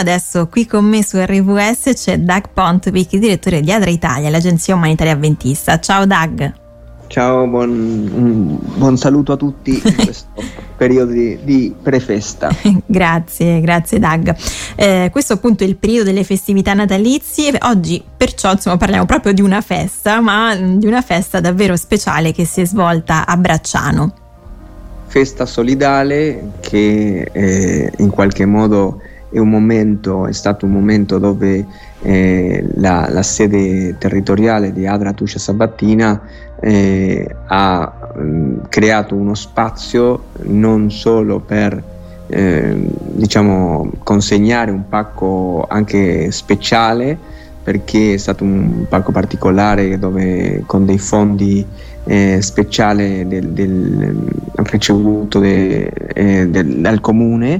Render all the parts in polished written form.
adesso qui con me su RVS c'è Doug Pontevich, direttore di ADRA Italia, l'agenzia umanitaria avventista. Ciao Doug. Ciao, buon saluto a tutti in questo periodo di prefesta. Grazie Doug. Questo appunto è il periodo delle festività natalizie. Oggi perciò parliamo proprio di una festa, ma di una festa davvero speciale che si è svolta a Bracciano. Festa solidale che in qualche modo è stato un momento dove la sede territoriale di ADRA Tuscia Sabattina ha creato uno spazio non solo per consegnare un pacco anche speciale, perché è stato un pacco particolare dove con dei fondi speciali ricevuto dal comune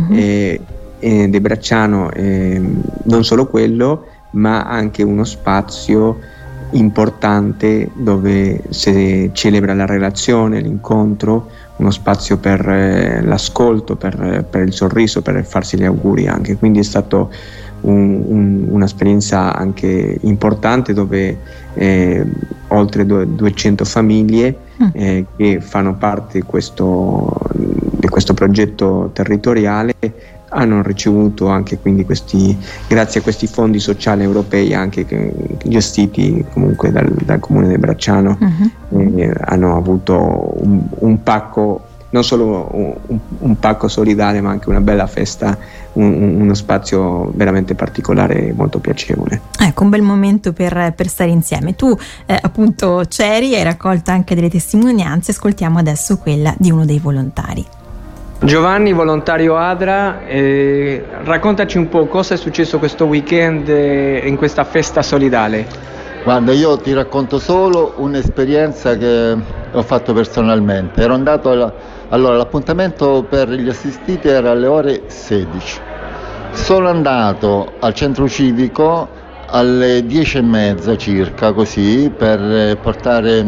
di Bracciano, non solo quello, ma anche uno spazio importante dove si celebra la relazione, l'incontro, uno spazio per l'ascolto, per il sorriso, per farsi gli auguri anche. Quindi è stato un'esperienza anche importante dove oltre 200 famiglie che fanno parte di questo progetto territoriale hanno ricevuto anche quindi grazie a questi fondi sociali europei anche gestiti comunque dal comune di Bracciano, hanno avuto un pacco, non solo un pacco solidale, ma anche una bella festa, uno spazio veramente particolare e molto piacevole. Ecco, un bel momento per stare insieme. Tu appunto c'eri, hai raccolto anche delle testimonianze, ascoltiamo adesso quella di uno dei volontari. Giovanni, volontario ADRA, raccontaci un po' cosa è successo questo weekend in questa festa solidale. Guarda, io ti racconto solo un'esperienza che ho fatto personalmente. Ero andato allora l'appuntamento per gli assistiti era alle ore 16. Sono andato al centro civico alle 10:30 circa, così, per portare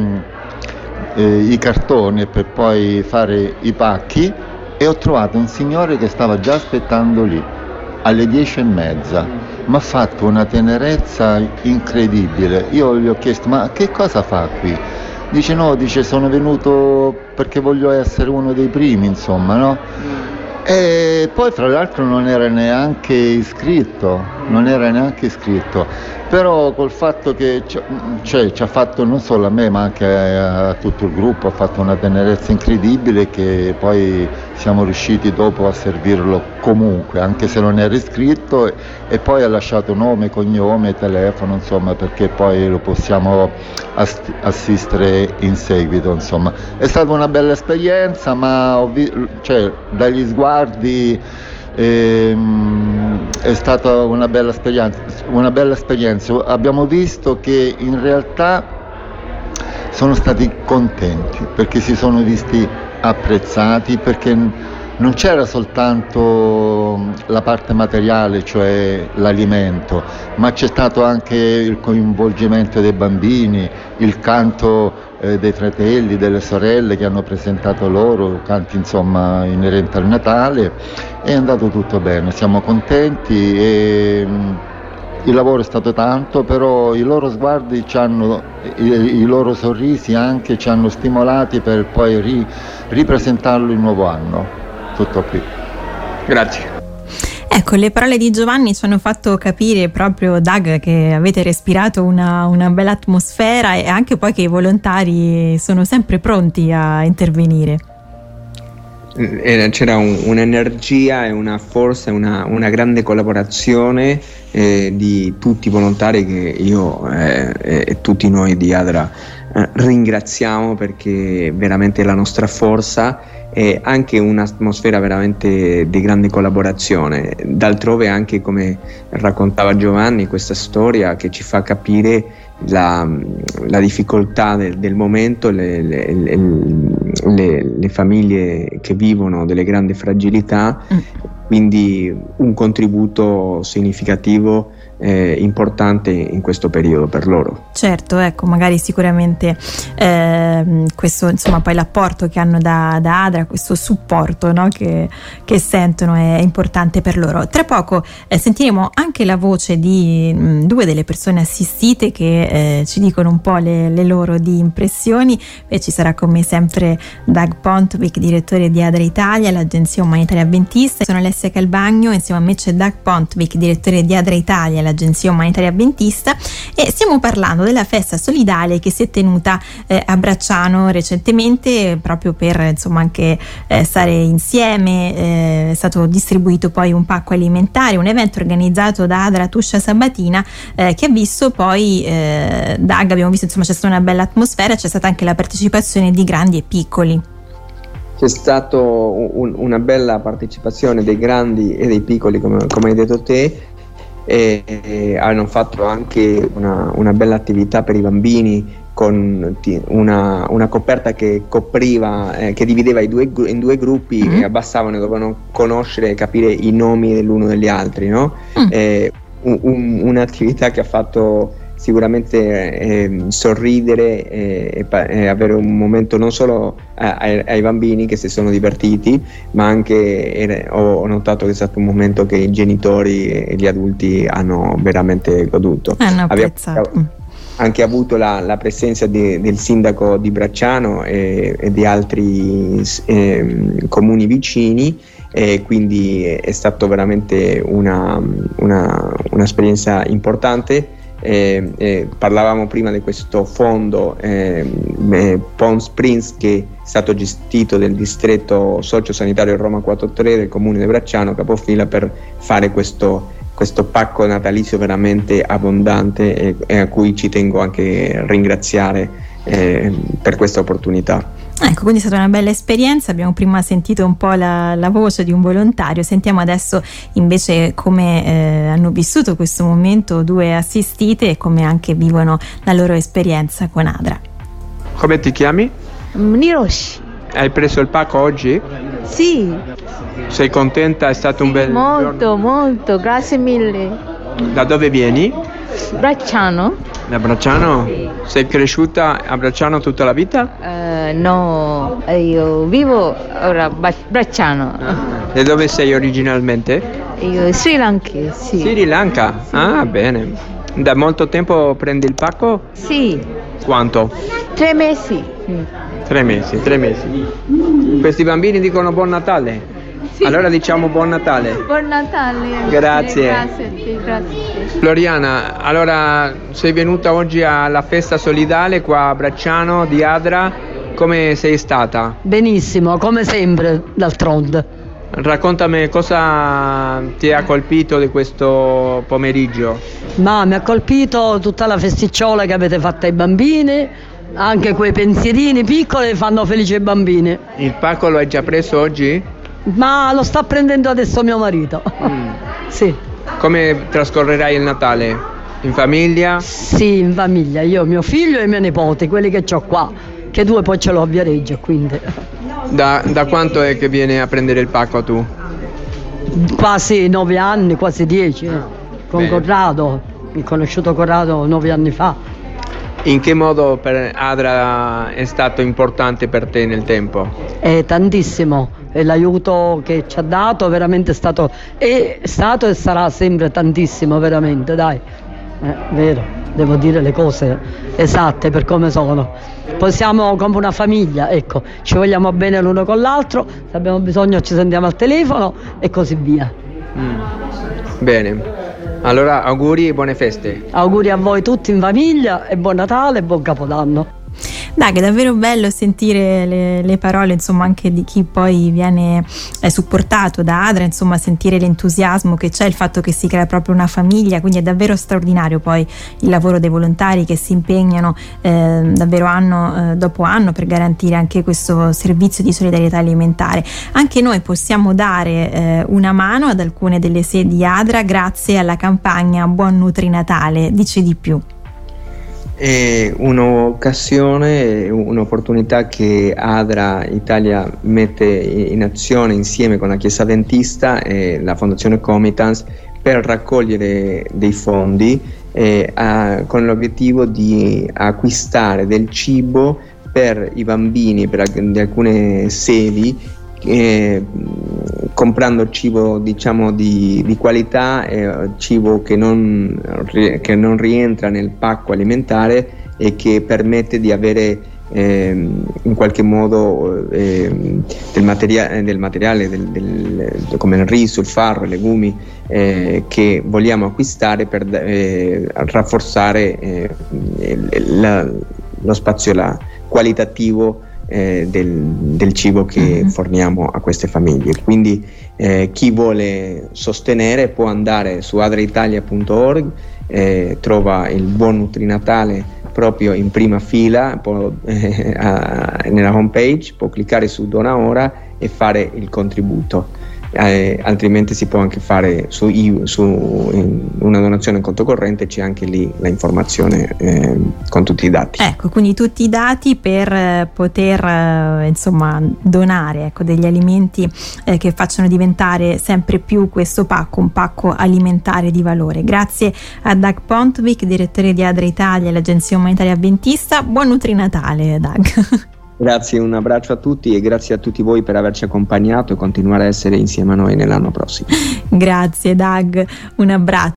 i cartoni e per poi fare i pacchi, e ho trovato un signore che stava già aspettando lì alle 10:30. Mi ha fatto una tenerezza incredibile. Io gli ho chiesto: ma che cosa fa qui? Dice: no, sono venuto perché voglio essere uno dei primi, insomma, no? E poi fra l'altro non era neanche iscritto, però col fatto che ci ha fatto non solo a me ma anche a tutto il gruppo, ha fatto una tenerezza incredibile, che poi siamo riusciti dopo a servirlo comunque, anche se non era iscritto, e poi ha lasciato nome, cognome, telefono, insomma, perché poi lo possiamo assistere in seguito, insomma. È stata una bella esperienza, ma dagli sguardi è stata una bella esperienza. Abbiamo visto che in realtà sono stati contenti perché si sono visti apprezzati, perché non c'era soltanto la parte materiale, cioè l'alimento, ma c'è stato anche il coinvolgimento dei bambini, il canto dei fratelli, delle sorelle che hanno presentato loro canti, insomma, inerenti al Natale. È andato tutto bene, siamo contenti e il lavoro è stato tanto, però i loro sguardi i loro sorrisi anche ci hanno stimolati per poi ripresentarlo il nuovo anno. Tutto qui. Grazie. Ecco, le parole di Giovanni ci hanno fatto capire proprio, Doug, che avete respirato una bella atmosfera, e anche poi che i volontari sono sempre pronti a intervenire. C'era un'energia e una forza, una grande collaborazione di tutti i volontari che io e tutti noi di ADRA ringraziamo, perché veramente la nostra forza è anche un'atmosfera veramente di grande collaborazione. D'altrove, anche come raccontava Giovanni, questa storia che ci fa capire la difficoltà del momento, le famiglie che vivono delle grandi fragilità, quindi un contributo significativo importante in questo periodo per loro. Certo, ecco, magari sicuramente questo, insomma, poi l'apporto che hanno da ADRA, questo supporto, no, che sentono è importante per loro. Tra poco sentiremo anche la voce di due delle persone assistite che ci dicono un po' le loro di impressioni, e ci sarà con me sempre Doug Pontvick, direttore di ADRA Italia, l'agenzia umanitaria avventista. Sono Alessia Calvagno, insieme a me c'è Doug Pontvick, direttore di ADRA Italia, l'agenzia umanitaria avventista, e stiamo parlando della festa solidale che si è tenuta a Bracciano recentemente, proprio per insomma anche stare insieme. È stato distribuito poi un pacco alimentare, un evento organizzato da ADRA Tuscia Sabatina che ha visto poi Doug, abbiamo visto insomma c'è stata una bella atmosfera, c'è stata anche la partecipazione di grandi e piccoli. C'è stata una bella partecipazione dei grandi e dei piccoli, come hai detto te, e hanno fatto anche una bella attività per i bambini con una coperta che copriva, che divideva in due gruppi, e abbassavano e dovevano conoscere e capire i nomi dell'uno degli altri, no? Un'attività che ha fatto sicuramente sorridere e avere un momento non solo ai bambini che si sono divertiti, ma anche ho notato che è stato un momento che i genitori e gli adulti hanno veramente goduto. Abbiamo anche avuto la presenza del sindaco di Bracciano e di altri comuni vicini, e quindi è stato veramente un'esperienza importante. Parlavamo prima di questo fondo Palm Springs, che è stato gestito del distretto sociosanitario Roma 43 del comune di Bracciano capofila, per fare questo pacco natalizio veramente abbondante, e a cui ci tengo anche a ringraziare per questa opportunità. Ecco, quindi è stata una bella esperienza. Abbiamo prima sentito un po' la voce di un volontario, sentiamo adesso invece come hanno vissuto questo momento due assistite e come anche vivono la loro esperienza con ADRA. Come ti chiami? Niroshi. Hai preso il pacco oggi? Sì. Sei contenta? È stato un bel giorno? Molto, grazie mille. Da dove vieni? Bracciano. Da Bracciano? Sei cresciuta a Bracciano tutta la vita? No, io vivo ora a Bracciano. E dove sei originalmente? Io Sri Lanka, sì. Sri Lanka? Ah, bene. Da molto tempo prendi il pacco? Sì. Quanto? 3 mesi. 3 mesi. Questi bambini dicono buon Natale? Sì. Allora diciamo buon Natale. Buon Natale. Grazie. Grazie. Floriana, allora sei venuta oggi alla festa solidale qua a Bracciano di ADRA, come sei stata? Benissimo, come sempre, d'altronde. Raccontami cosa ti ha colpito di questo pomeriggio. Ma mi ha colpito tutta la festicciola che avete fatto ai bambini, anche quei pensierini piccoli fanno felice i bambini. Il pacco lo hai già preso oggi? Ma lo sta prendendo adesso mio marito. Sì. Come trascorrerai il Natale? In famiglia? Sì, in famiglia, io, mio figlio e i miei nipoti, quelli che ho qua, che 2 poi ce l'ho a Viareggio, quindi. Da quanto è che vieni a prendere il pacco tu? Quasi 9 anni, quasi 10, con Bene. Corrado, ho conosciuto Corrado 9 anni fa. In che modo per ADRA è stato importante per te nel tempo? Tantissimo, e l'aiuto che ci ha dato veramente è stato e sarà sempre tantissimo, veramente, dai, vero, devo dire le cose esatte per come sono. Poi siamo come una famiglia, ecco, ci vogliamo bene l'uno con l'altro, se abbiamo bisogno ci sentiamo al telefono e così via. Bene. Allora auguri e buone feste. Auguri a voi tutti in famiglia e buon Natale e buon Capodanno. Dai, è davvero bello sentire le parole, insomma, anche di chi poi viene supportato da ADRA, insomma, sentire l'entusiasmo che c'è, il fatto che si crea proprio una famiglia, quindi è davvero straordinario poi il lavoro dei volontari che si impegnano davvero anno dopo anno per garantire anche questo servizio di solidarietà alimentare. Anche noi possiamo dare una mano ad alcune delle sedi ADRA grazie alla campagna Buon Nutri Natale. Dici di più. È un'occasione, un'opportunità che ADRA Italia mette in azione insieme con la Chiesa Adventista e la Fondazione Comitans per raccogliere dei fondi con l'obiettivo di acquistare del cibo per i bambini di alcune sedi, comprando cibo di qualità, cibo che non rientra nel pacco alimentare e che permette di avere in qualche modo del materiale come il riso, il farro, i legumi che vogliamo acquistare per rafforzare lo spazio qualitativo del cibo che forniamo a queste famiglie. Quindi chi vuole sostenere può andare su adraitalia.org, trova il buon Nutrinatale proprio in prima fila, nella homepage può cliccare su Dona Ora e fare il contributo. Altrimenti si può anche fare una donazione in conto corrente, c'è anche lì la informazione con tutti i dati. Ecco, quindi tutti i dati per poter donare degli alimenti che facciano diventare sempre più questo pacco un pacco alimentare di valore. Grazie a Doug Pontvick, direttore di ADRA Italia, l'agenzia umanitaria avventista. Buon Nutrinatale, Doug. Grazie, un abbraccio a tutti e grazie a tutti voi per averci accompagnato e continuare a essere insieme a noi nell'anno prossimo. Grazie Doug, un abbraccio.